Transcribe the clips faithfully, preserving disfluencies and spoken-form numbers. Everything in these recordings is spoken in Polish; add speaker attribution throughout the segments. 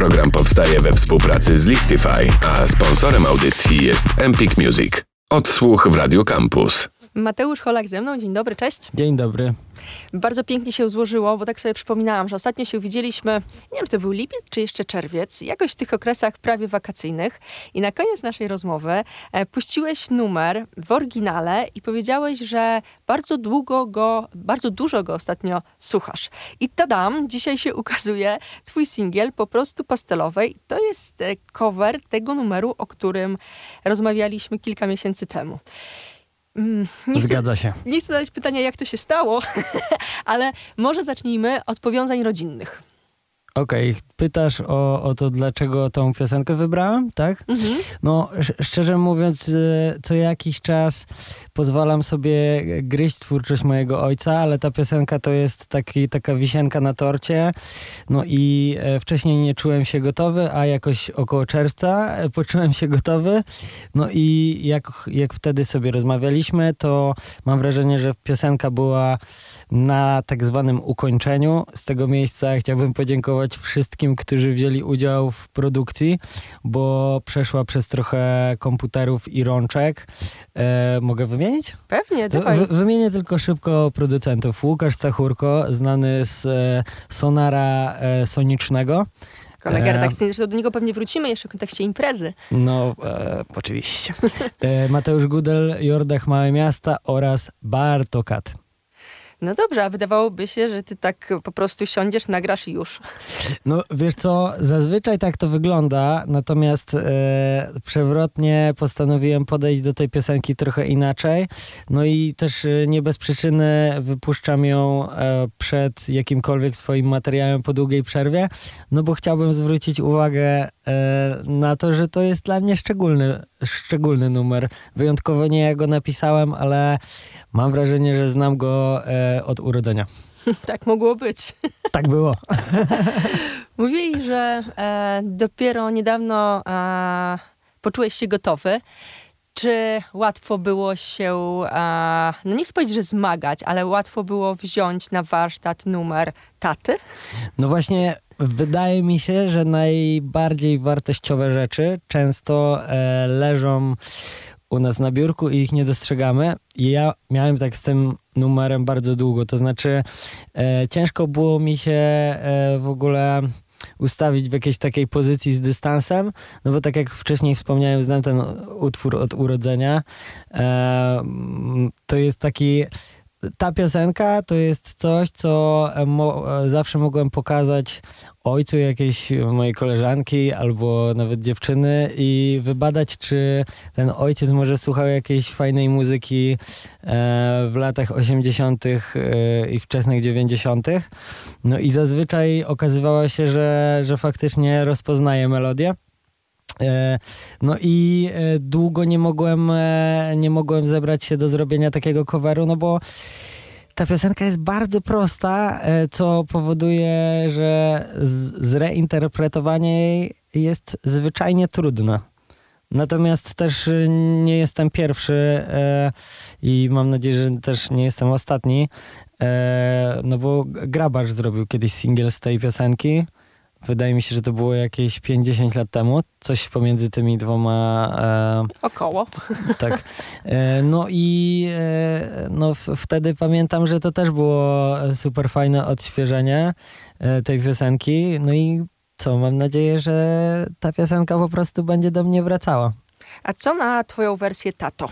Speaker 1: Program powstaje we współpracy z Listify, a sponsorem audycji jest Empik Music. Odsłuch w Radio Campus.
Speaker 2: Mateusz Holak ze mną. Dzień dobry, cześć.
Speaker 3: Dzień dobry.
Speaker 2: Bardzo pięknie się złożyło, bo tak sobie przypominałam, że ostatnio się widzieliśmy, nie wiem, czy to był lipiec, czy jeszcze czerwiec, jakoś w tych okresach prawie wakacyjnych. I na koniec naszej rozmowy e, puściłeś numer w oryginale i powiedziałeś, że bardzo długo go, bardzo dużo go ostatnio słuchasz. I tadam, dzisiaj się ukazuje twój singiel Po prostu pastelowej. To jest e, cover tego numeru, o którym rozmawialiśmy kilka miesięcy temu.
Speaker 3: Nie Zgadza
Speaker 2: chcę,
Speaker 3: się.
Speaker 2: Nie chcę zadać pytania, jak to się stało, ale może zacznijmy od powiązań rodzinnych.
Speaker 3: Okej, okay. Pytasz o, o to, dlaczego tą piosenkę wybrałem, tak? Mhm. No, sz- szczerze mówiąc, co jakiś czas pozwalam sobie gryźć twórczość mojego ojca, ale ta piosenka to jest taki, taka wisienka na torcie. No i e, wcześniej nie czułem się gotowy, a jakoś około czerwca e, poczułem się gotowy. No i jak, jak wtedy sobie rozmawialiśmy, to mam wrażenie, że piosenka była na tak zwanym ukończeniu. Z tego miejsca chciałbym podziękować wszystkim, którzy wzięli udział w produkcji, bo przeszła przez trochę komputerów i rączek. E, mogę wymienić?
Speaker 2: Pewnie, dawaj.
Speaker 3: Wy, wymienię tylko szybko producentów. Łukasz Stachurko, znany z e, Sonara e, Sonicznego.
Speaker 2: Kolega redakcyjny, zresztą do niego pewnie wrócimy jeszcze w kontekście imprezy.
Speaker 3: No, e, oczywiście. E, Mateusz Gudel, Jordach Małe Miasta oraz Bartokat.
Speaker 2: No dobrze, a wydawałoby się, że ty tak po prostu siądziesz, nagrasz i już.
Speaker 3: No wiesz co, zazwyczaj tak to wygląda, natomiast e, przewrotnie postanowiłem podejść do tej piosenki trochę inaczej. No i też e, nie bez przyczyny wypuszczam ją e, przed jakimkolwiek swoim materiałem po długiej przerwie, no bo chciałbym zwrócić uwagę e, na to, że to jest dla mnie szczególny, szczególny numer. Wyjątkowo nie ja go napisałem, ale mam wrażenie, że znam go e, od urodzenia.
Speaker 2: Tak mogło być.
Speaker 3: Tak było.
Speaker 2: Mówili, że e, dopiero niedawno e, poczułeś się gotowy. Czy łatwo było się, e, no nie chcę powiedzieć, że zmagać, ale łatwo było wziąć na warsztat numer taty?
Speaker 3: No właśnie, wydaje mi się, że najbardziej wartościowe rzeczy często e, leżą u nas na biurku i ich nie dostrzegamy. I ja miałem tak z tym numerem bardzo długo. To znaczy e, ciężko było mi się e, w ogóle ustawić w jakiejś takiej pozycji z dystansem, no bo tak jak wcześniej wspomniałem, znam ten utwór od urodzenia. E, to jest taki... Ta piosenka to jest coś, co mo- zawsze mogłem pokazać ojcu jakiejś mojej koleżanki albo nawet dziewczyny i wybadać, czy ten ojciec może słuchał jakiejś fajnej muzyki e, w latach osiemdziesiątych e, i wczesnych dziewięćdziesiątych. No i zazwyczaj okazywało się, że, że faktycznie rozpoznaje melodię. No i długo nie mogłem, nie mogłem zebrać się do zrobienia takiego coveru, no bo ta piosenka jest bardzo prosta, co powoduje, że zreinterpretowanie jej jest zwyczajnie trudne. Natomiast też nie jestem pierwszy i mam nadzieję, że też nie jestem ostatni, no bo Grabarz zrobił kiedyś singiel z tej piosenki. Wydaje mi się, że to było jakieś pięćdziesiąt lat temu. Coś pomiędzy tymi dwoma... E,
Speaker 2: Około.
Speaker 3: Tak. E, no i e, no w, wtedy pamiętam, że to też było super fajne odświeżenie e, tej piosenki. No i co, mam nadzieję, że ta piosenka po prostu będzie do mnie wracała.
Speaker 2: A co na twoją wersję, tato?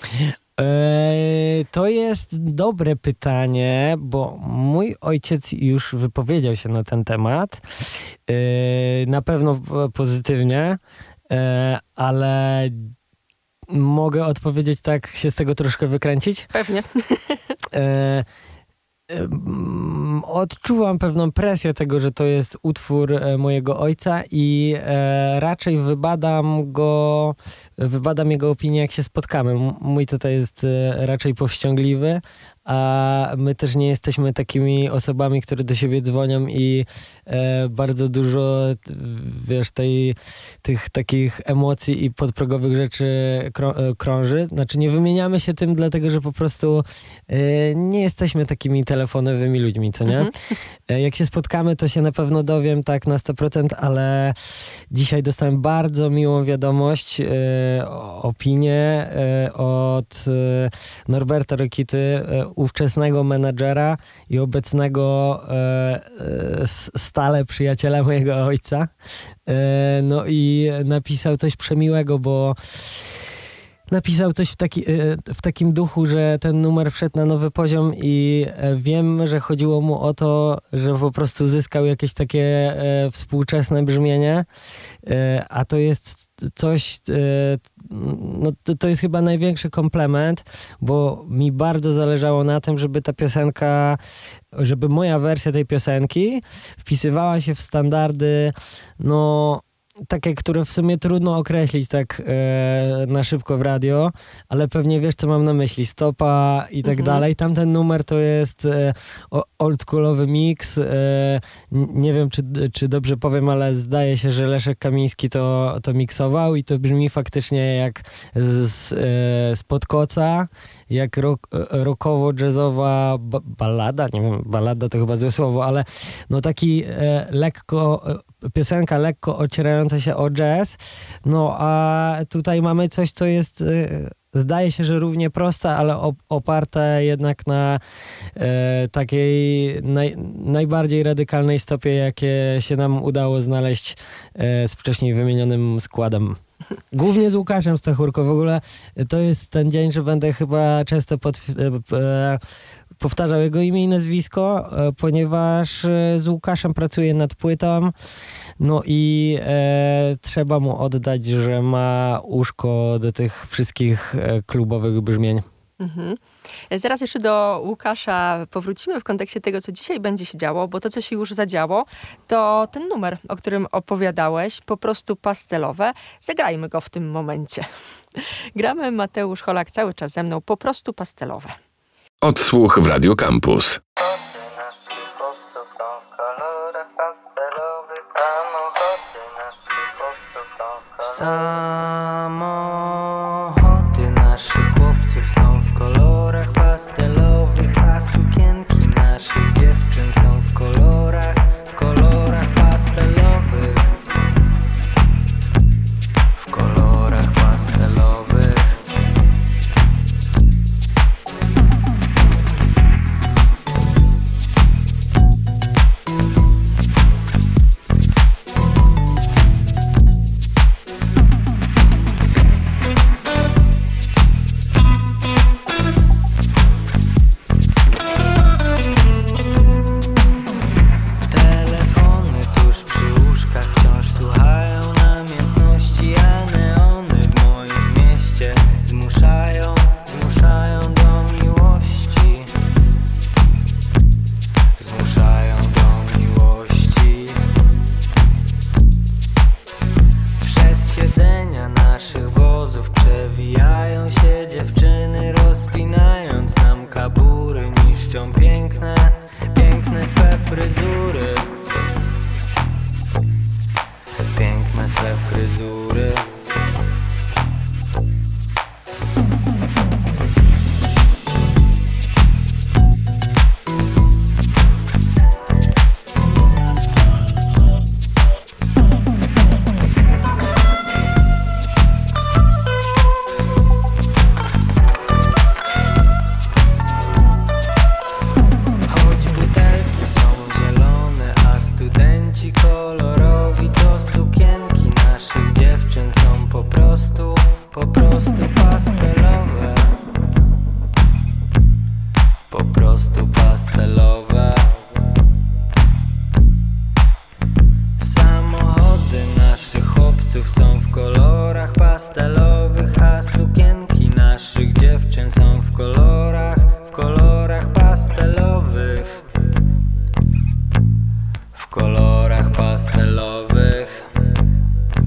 Speaker 3: Eee, to jest dobre pytanie, bo mój ojciec już wypowiedział się na ten temat. Eee, na pewno pozytywnie, eee, ale mogę odpowiedzieć tak, się z tego troszkę wykręcić?
Speaker 2: Pewnie.
Speaker 3: Eee, Odczuwam pewną presję tego, że to jest utwór mojego ojca i e, raczej wybadam go, wybadam jego opinię, jak się spotkamy. Mój tata jest e, raczej powściągliwy, a my też nie jesteśmy takimi osobami, które do siebie dzwonią i e, bardzo dużo, wiesz, tej, tych takich emocji i podprogowych rzeczy krą- krąży. Znaczy nie wymieniamy się tym, dlatego że po prostu e, nie jesteśmy takimi telefonowymi ludźmi, co nie? Mhm. E, jak się spotkamy, to się na pewno dowiem tak na sto procent, ale dzisiaj dostałem bardzo miłą wiadomość, e, opinię e, od e, Norberta Rokity, e, ówczesnego menadżera i obecnego e, e, stale przyjaciela mojego ojca. E, no i napisał coś przemiłego, bo napisał coś w, taki, w takim duchu, że ten numer wszedł na nowy poziom i wiem, że chodziło mu o to, że po prostu zyskał jakieś takie e, współczesne brzmienie, e, a to jest coś, e, no to, to jest chyba największy komplement, bo mi bardzo zależało na tym, żeby ta piosenka, żeby moja wersja tej piosenki wpisywała się w standardy, no takie, które w sumie trudno określić tak e, na szybko w radio, ale pewnie wiesz, co mam na myśli. Stopa i tak mhm. dalej. Tamten numer to jest e, oldschoolowy mix. E, nie wiem, czy, czy dobrze powiem, ale zdaje się, że Leszek Kamiński to, to miksował i to brzmi faktycznie jak z, e, spod koca, jak rock, rockowo-jazzowa ba- ballada. Nie wiem, ballada to chyba złe słowo, ale no taki e, lekko, piosenka lekko ocierająca się o jazz, no a tutaj mamy coś, co jest, y, zdaje się, że równie proste, ale op- oparte jednak na y, takiej naj, najbardziej radykalnej stopie, jakie się nam udało znaleźć y, z wcześniej wymienionym składem. Głównie z Łukaszem Stachurko. W ogóle to jest ten dzień, że będę chyba często pod, e, powtarzał jego imię i nazwisko, e, ponieważ z Łukaszem pracuję nad płytą, no i e, trzeba mu oddać, że ma uszko do tych wszystkich e, klubowych brzmień.
Speaker 2: Mhm. Zaraz jeszcze do Łukasza powrócimy w kontekście tego, co dzisiaj będzie się działo, bo to, co się już zadziało, to ten numer, o którym opowiadałeś, po prostu pastelowe. Zagrajmy go w tym momencie. Gramy, Mateusz Holak cały czas ze mną, po prostu pastelowe.
Speaker 1: Odsłuch w Radio Campus.
Speaker 3: Samochody naszych chłopców są w kolorach pastelowych, a sukienki naszych dziewczyn są w kolorach, w kolorach pastelowych, w kolorach pastelowych.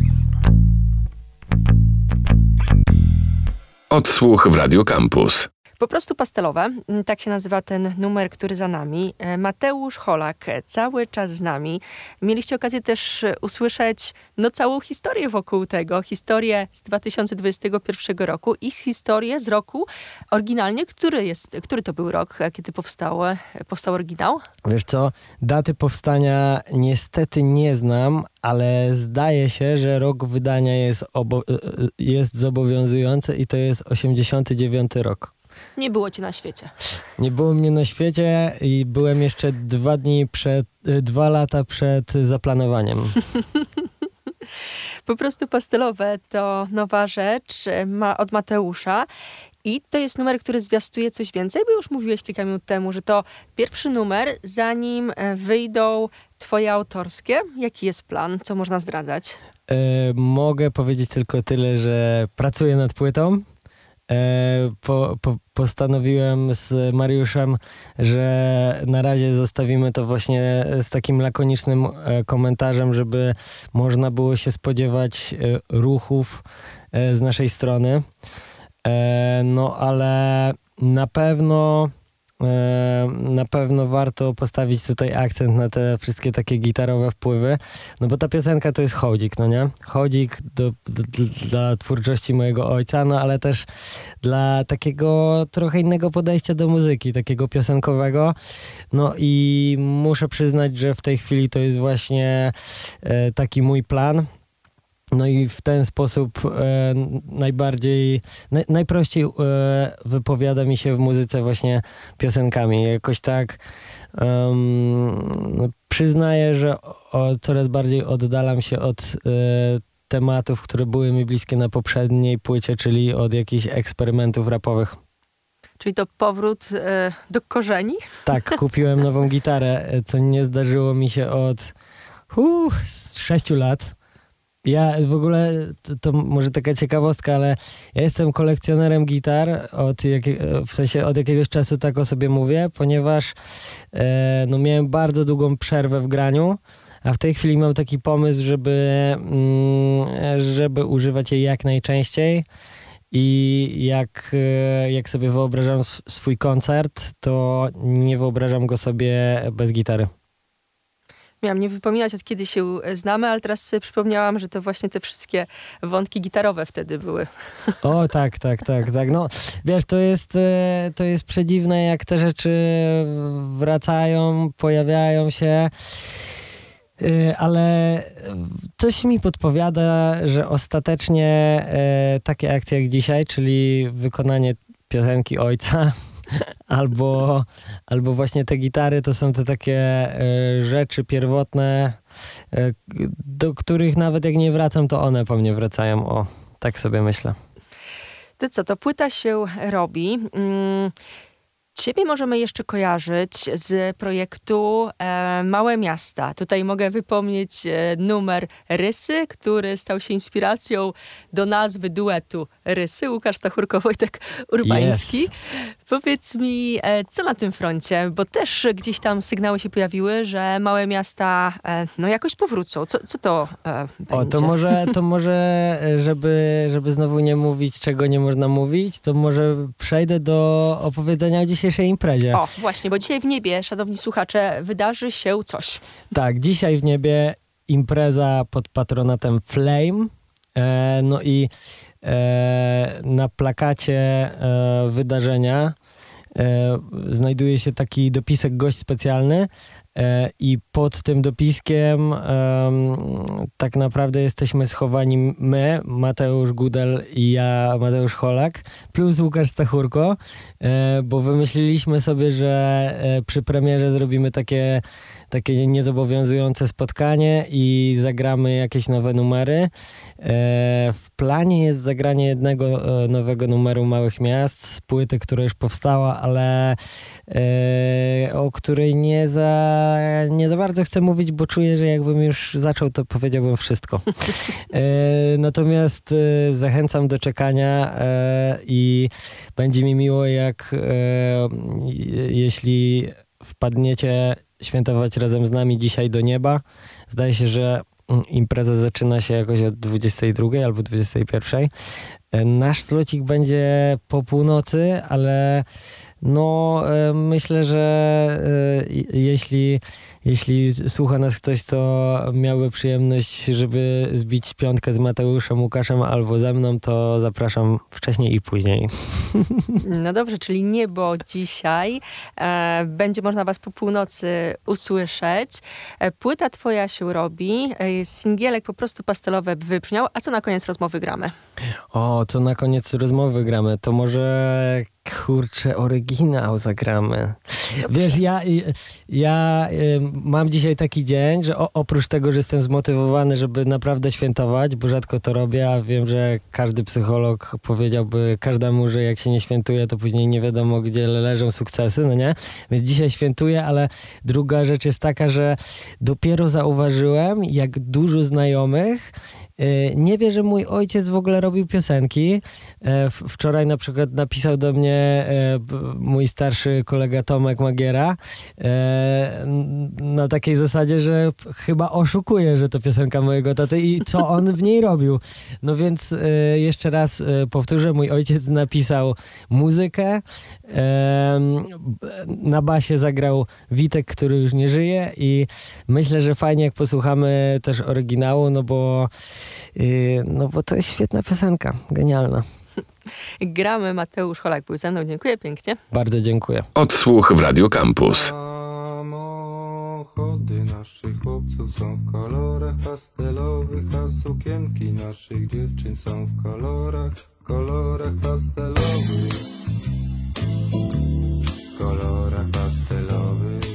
Speaker 1: Odsłuch w Radio Campus.
Speaker 2: Po prostu pastelowe, tak się nazywa ten numer, który za nami. Mateusz Holak, cały czas z nami. Mieliście okazję też usłyszeć no, całą historię wokół tego. Historię z dwa tysiące dwudziestego pierwszego roku i historię z roku oryginalnie, który jest, który to był rok, kiedy powstał, powstał oryginał?
Speaker 3: Wiesz co, daty powstania niestety nie znam, ale zdaje się, że rok wydania jest, obo- jest zobowiązujący i to jest osiemdziesiąty dziewiąty rok.
Speaker 2: Nie było cię na świecie.
Speaker 3: Nie było mnie na świecie i byłem jeszcze dwa dni przed, dwa lata przed zaplanowaniem.
Speaker 2: Po prostu pastelowe to nowa rzecz ma od Mateusza. I to jest numer, który zwiastuje coś więcej, bo już mówiłeś kilka minut temu, że to pierwszy numer, zanim wyjdą twoje autorskie. Jaki jest plan? Co można zdradzać?
Speaker 3: E, mogę powiedzieć tylko tyle, że pracuję nad płytą. E, po, po, postanowiłem z Mariuszem, że na razie zostawimy to właśnie z takim lakonicznym e, komentarzem, żeby można było się spodziewać e, ruchów e, z naszej strony. E, no ale na pewno e, na pewno warto postawić tutaj akcent na te wszystkie takie gitarowe wpływy, no bo ta piosenka to jest hołdzik, no nie? Hołdzik do, do, dla twórczości mojego ojca, no ale też dla takiego trochę innego podejścia do muzyki, takiego piosenkowego, no i muszę przyznać, że w tej chwili to jest właśnie e, taki mój plan. No i w ten sposób e, najbardziej, naj, najprościej e, wypowiada mi się w muzyce właśnie piosenkami. Jakoś tak um, przyznaję, że o, coraz bardziej oddalam się od e, tematów, które były mi bliskie na poprzedniej płycie, czyli od jakichś eksperymentów rapowych.
Speaker 2: Czyli to powrót e, do korzeni?
Speaker 3: Tak, kupiłem nową gitarę, co nie zdarzyło mi się od uh, sześciu lat. Ja w ogóle, to, to może taka ciekawostka, ale ja jestem kolekcjonerem gitar, od jakie, w sensie od jakiegoś czasu tak o sobie mówię, ponieważ e, no miałem bardzo długą przerwę w graniu, a w tej chwili mam taki pomysł, żeby, mm, żeby używać jej jak najczęściej i jak, e, jak sobie wyobrażam sw- swój koncert, to nie wyobrażam go sobie bez gitary.
Speaker 2: Miałam nie wypominać, od kiedy się znamy, ale teraz sobie przypomniałam, że to właśnie te wszystkie wątki gitarowe wtedy były.
Speaker 3: O, tak, tak, tak, tak. No, wiesz, to jest, to jest przedziwne, jak te rzeczy wracają, pojawiają się, ale coś mi podpowiada, że ostatecznie takie akcje jak dzisiaj, czyli wykonanie piosenki ojca, Albo, albo właśnie te gitary to są te takie y, rzeczy pierwotne, y, do których nawet jak nie wracam, to one po mnie wracają. O, tak sobie myślę.
Speaker 2: To co, to płyta się robi. Mm. Ciebie możemy jeszcze kojarzyć z projektu e, Małe Miasta. Tutaj mogę wypomnieć e, numer Rysy, który stał się inspiracją do nazwy duetu Rysy. Łukasz Stachurko, Wojtek Urbański. Yes. Powiedz mi, e, co na tym froncie? Bo też gdzieś tam sygnały się pojawiły, że Małe Miasta e, no jakoś powrócą. Co, co to e, będzie?
Speaker 3: O, to może, to może żeby, żeby znowu nie mówić, czego nie można mówić, to może przejdę do opowiedzenia o dzisiejszej imprezie.
Speaker 2: O, właśnie, bo dzisiaj w niebie, szanowni słuchacze, wydarzy się coś.
Speaker 3: Tak, dzisiaj w niebie impreza pod patronatem Flame. E, no i e, na plakacie e, wydarzenia e, znajduje się taki dopisek gość specjalny e, i pod tym dopiskiem e, tak naprawdę jesteśmy schowani my, Mateusz Gudel i ja, Mateusz Holak, plus Łukasz Stachurko, e, bo wymyśliliśmy sobie, że e, przy premierze zrobimy takie takie niezobowiązujące spotkanie i zagramy jakieś nowe numery. E, w planie jest zagranie jednego e, nowego numeru Małych Miast z płyty, która już powstała, ale e, o której nie za, nie za bardzo chcę mówić, bo czuję, że jakbym już zaczął, to powiedziałbym wszystko. E, natomiast e, zachęcam do czekania e, i będzie mi miło, jak e, jeśli wpadniecie świętować razem z nami dzisiaj do nieba. Zdaje się, że impreza zaczyna się jakoś od dwudziestej drugiej albo dwudziestej pierwszej. Nasz slocik będzie po północy, ale no myślę, że jeśli, jeśli słucha nas ktoś, to miałby przyjemność, żeby zbić piątkę z Mateuszem, Łukaszem albo ze mną, to zapraszam wcześniej i później.
Speaker 2: No dobrze, czyli niebo dzisiaj. E, będzie można was po północy usłyszeć. E, płyta twoja się robi. E, singielek po prostu pastelowe wybrzmiał. A co na koniec rozmowy gramy?
Speaker 3: O, co na koniec rozmowy gramy? To może... Kurczę, oryginał zagramy. Dobrze. Wiesz, ja, ja y, mam dzisiaj taki dzień, że o, oprócz tego, że jestem zmotywowany, żeby naprawdę świętować, bo rzadko to robię, a wiem, że każdy psycholog powiedziałby każdemu, że jak się nie świętuje, to później nie wiadomo, gdzie leżą sukcesy, no nie? Więc dzisiaj świętuję, ale druga rzecz jest taka, że dopiero zauważyłem, jak dużo znajomych nie wie, że mój ojciec w ogóle robił piosenki. Wczoraj na przykład napisał do mnie mój starszy kolega Tomek Magiera na takiej zasadzie, że chyba oszukuje, że to piosenka mojego taty i co on w niej robił. No więc jeszcze raz powtórzę, mój ojciec napisał muzykę. Na basie zagrał Witek, który już nie żyje i myślę, że fajnie jak posłuchamy też oryginału, no bo No bo to jest świetna piosenka, genialna.
Speaker 2: Gramy, Mateusz Holak był ze mną, dziękuję pięknie.
Speaker 3: Bardzo dziękuję.
Speaker 1: Odsłuch w Radio Campus.
Speaker 4: Samochody naszych chłopców są w kolorach pastelowych, a sukienki naszych dziewczyn są w kolorach, kolorach pastelowych, kolorach pastelowych.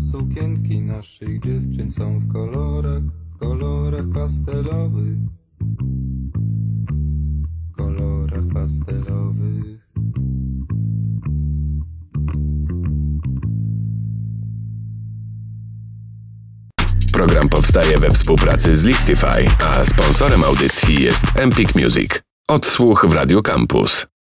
Speaker 4: sukienki naszych dziewczyn są w kolorach, w kolorach pastelowych, w kolorach pastelowych.
Speaker 1: Program powstaje we współpracy z Listify, a sponsorem audycji jest Empik Music. Odsłuch w Radio Campus.